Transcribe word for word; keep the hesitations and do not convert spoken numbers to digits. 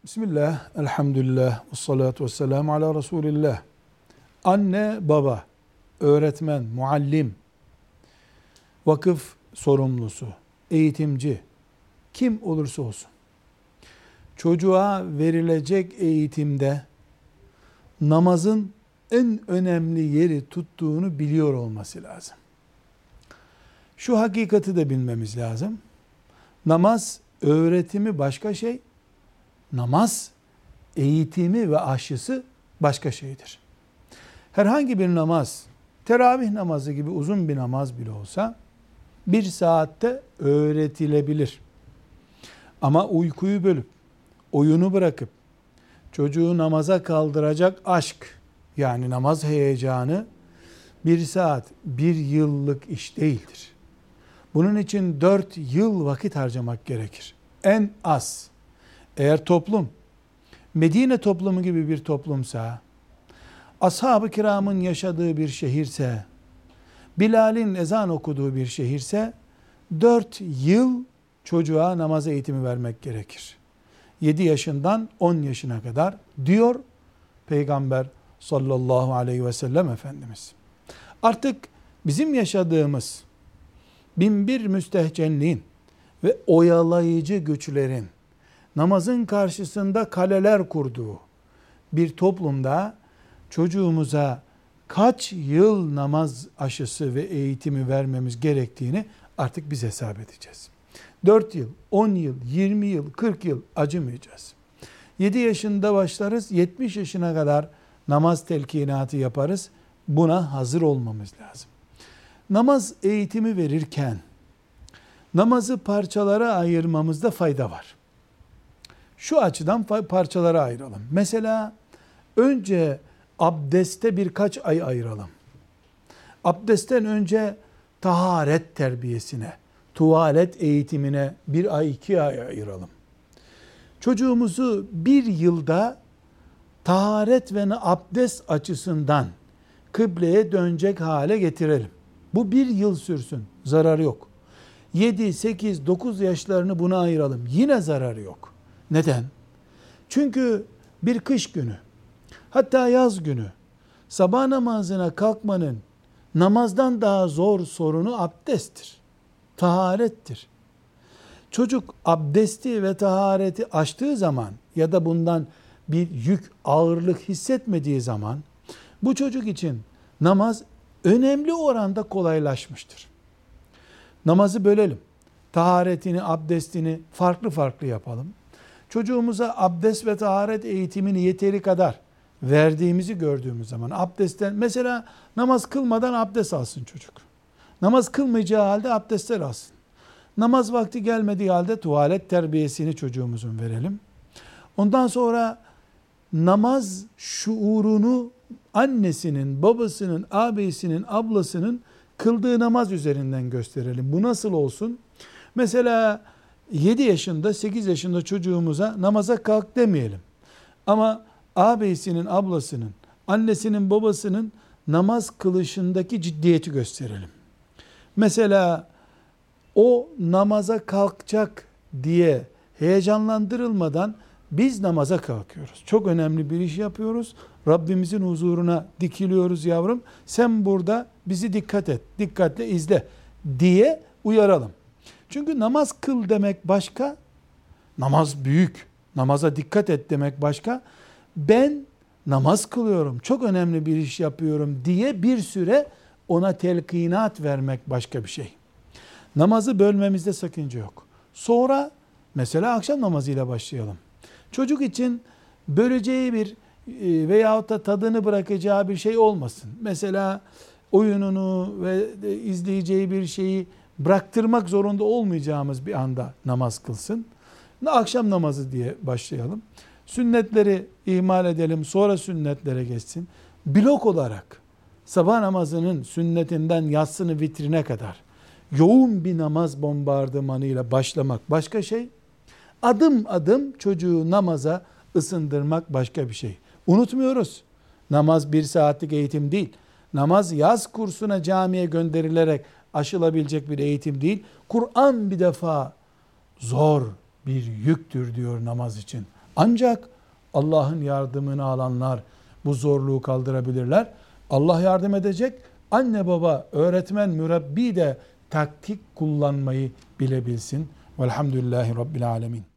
Bismillah, elhamdülillah, ve salatu ve selamu ala Resulillah. Anne, baba, öğretmen, muallim, vakıf sorumlusu, eğitimci, kim olursa olsun, çocuğa verilecek eğitimde namazın en önemli yeri tuttuğunu biliyor olması lazım. Şu hakikati de bilmemiz lazım. Namaz öğretimi başka şey, namaz eğitimi ve aşısı başka şeydir. Herhangi bir namaz, teravih namazı gibi uzun bir namaz bile olsa bir saatte öğretilebilir. Ama uykuyu bölüp, oyunu bırakıp, çocuğu namaza kaldıracak aşk, yani namaz heyecanı bir saat, bir yıllık iş değildir. Bunun için dört yıl vakit harcamak gerekir. En az. Eğer toplum, Medine toplumu gibi bir toplumsa, ashab-ı kiramın yaşadığı bir şehirse, Bilal'in ezan okuduğu bir şehirse, dört yıl çocuğa namaz eğitimi vermek gerekir. Yedi yaşından on yaşına kadar diyor Peygamber sallallahu aleyhi ve sellem Efendimiz. Artık bizim yaşadığımız binbir müstehcenliğin ve oyalayıcı güçlerin namazın karşısında kaleler kurduğu bir toplumda çocuğumuza kaç yıl namaz aşısı ve eğitimi vermemiz gerektiğini artık biz hesap edeceğiz. dört yıl, on yıl, yirmi yıl, kırk yıl acımayacağız. yedi yaşında başlarız, yetmiş yaşına kadar namaz telkinatı yaparız. Buna hazır olmamız lazım. Namaz eğitimi verirken namazı parçalara ayırmamızda fayda var. Şu açıdan parçalara ayıralım. Mesela önce abdeste birkaç ay ayıralım. Abdestten önce taharet terbiyesine, tuvalet eğitimine bir ay, iki ay ayıralım. Çocuğumuzu bir yılda taharet ve abdest açısından kıbleye dönecek hale getirelim. Bu bir yıl sürsün, zararı yok. yedi, sekiz, dokuz yaşlarını buna ayıralım. Yine zararı yok. Neden? Çünkü bir kış günü, hatta yaz günü, sabah namazına kalkmanın namazdan daha zor sorunu abdesttir, taharettir. Çocuk abdesti ve tahareti aştığı zaman ya da bundan bir yük, ağırlık hissetmediği zaman bu çocuk için namaz önemli oranda kolaylaşmıştır. Namazı bölelim. Taharetini, abdestini farklı farklı yapalım. Çocuğumuza abdest ve taharet eğitimini yeteri kadar verdiğimizi gördüğümüz zaman abdestten, mesela namaz kılmadan abdest alsın çocuk. Namaz kılmayacağı halde abdestler alsın. Namaz vakti gelmediği halde tuvalet terbiyesini çocuğumuzun verelim. Ondan sonra namaz şuurunu annesinin, babasının, ağabeyisinin, ablasının kıldığı namaz üzerinden gösterelim. Bu nasıl olsun? Mesela yedi yaşında, sekiz yaşında çocuğumuza namaza kalk demeyelim. Ama ağabeyisinin, ablasının, annesinin, babasının namaz kılışındaki ciddiyeti gösterelim. Mesela o namaza kalkacak diye heyecanlandırılmadan biz namaza kalkıyoruz. Çok önemli bir iş yapıyoruz. Rabbimizin huzuruna dikiliyoruz yavrum. Sen burada bizi dikkat et, dikkatle izle diye uyaralım. Çünkü namaz kıl demek başka, namaz büyük, namaza dikkat et demek başka. Ben namaz kılıyorum, çok önemli bir iş yapıyorum diye bir süre ona telkinat vermek başka bir şey. Namazı bölmemizde sakınca yok. Sonra mesela akşam namazıyla başlayalım. Çocuk için böleceği bir veyahut da tadını bırakacağı bir şey olmasın. Mesela oyununu ve izleyeceği bir şeyi bıraktırmak zorunda olmayacağımız bir anda namaz kılsın. Akşam namazı diye başlayalım. Sünnetleri ihmal edelim, sonra sünnetlere geçsin. Blok olarak sabah namazının sünnetinden yatsını vitrine kadar yoğun bir namaz bombardımanıyla başlamak başka şey. Adım adım çocuğu namaza ısındırmak başka bir şey. Unutmuyoruz. Namaz bir saatlik eğitim değil. Namaz yaz kursuna camiye gönderilerek aşılabilecek bir eğitim değil. Kur'an bir defa zor bir yüktür diyor namaz için Ancak Allah'ın yardımını alanlar bu zorluğu kaldırabilirler. Allah yardım edecek. Anne baba, öğretmen, mürabbi de taktik kullanmayı bilebilsin. Velhamdülillahi Rabbil alemin.